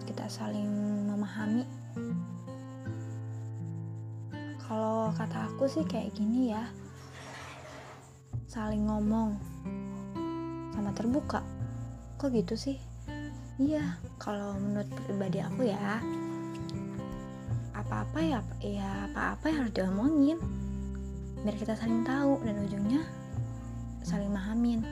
buat kita saling memahami. Kalau kata aku sih kayak gini ya, saling ngomong sama terbuka. Kok gitu sih? Iya, kalau menurut pribadi aku ya, apa-apa yang harus diomongin biar kita saling tahu dan ujungnya saling mahamin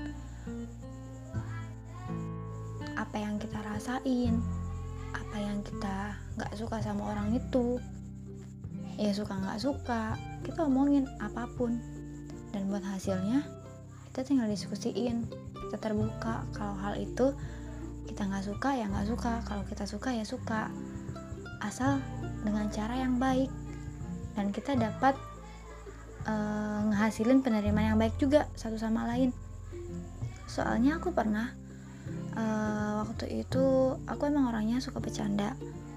apa yang kita rasain, apa yang kita nggak suka sama orang itu. Ya suka nggak suka, kita omongin apapun, dan buat hasilnya kita tinggal diskusiin, kita terbuka. Kalau hal itu kita nggak suka ya nggak suka, kalau kita suka ya suka, asal dengan cara yang baik dan kita dapat ngehasilin penerimaan yang baik juga satu sama lain. Soalnya aku pernah waktu itu aku emang orangnya suka bercanda.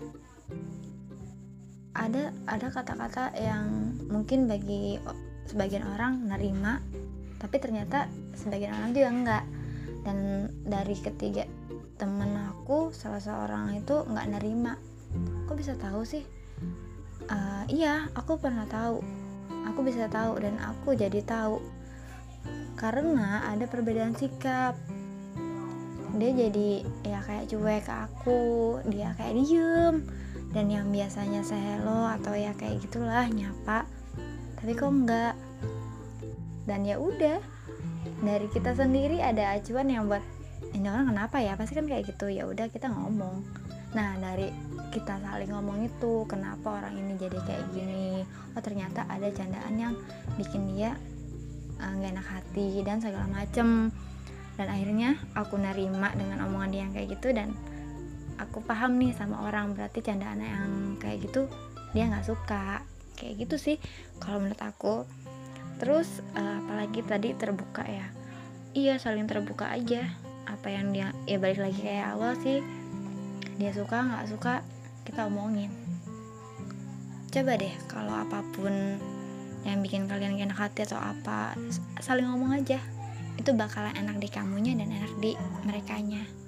Ada kata-kata yang mungkin bagi sebagian orang nerima, tapi ternyata sebagian orang juga enggak. Dan dari ketiga temen aku, salah seorang itu enggak nerima. Kok bisa tahu sih? Iya, aku pernah tahu. Aku bisa tahu dan aku jadi tahu karena ada perbedaan sikap. Dia jadi ya kayak cuek ke aku, dia kayak diem. Dan yang biasanya saya hello atau ya kayak gitulah nyapa, tapi kok enggak. Dan ya udah, dari kita sendiri ada acuan yang buat ini orang kenapa ya, pasti kan kayak gitu. Ya udah kita ngomong. Nah dari kita saling ngomong itu, kenapa orang ini jadi kayak gini, oh ternyata ada candaan yang bikin dia nggak enak hati dan segala macem. Dan akhirnya aku nerima dengan omongan dia yang kayak gitu, dan aku paham nih sama orang, berarti candaan yang kayak gitu dia nggak suka. Kayak gitu sih kalau menurut aku. Terus apalagi tadi terbuka ya, iya saling terbuka aja. Apa yang dia, ya balik lagi kayak awal sih, dia suka nggak suka kita omongin. Coba deh kalau apapun yang bikin kalian gak enak hati atau apa, saling ngomong aja, itu bakalan enak di kamunya dan enak di merekanya.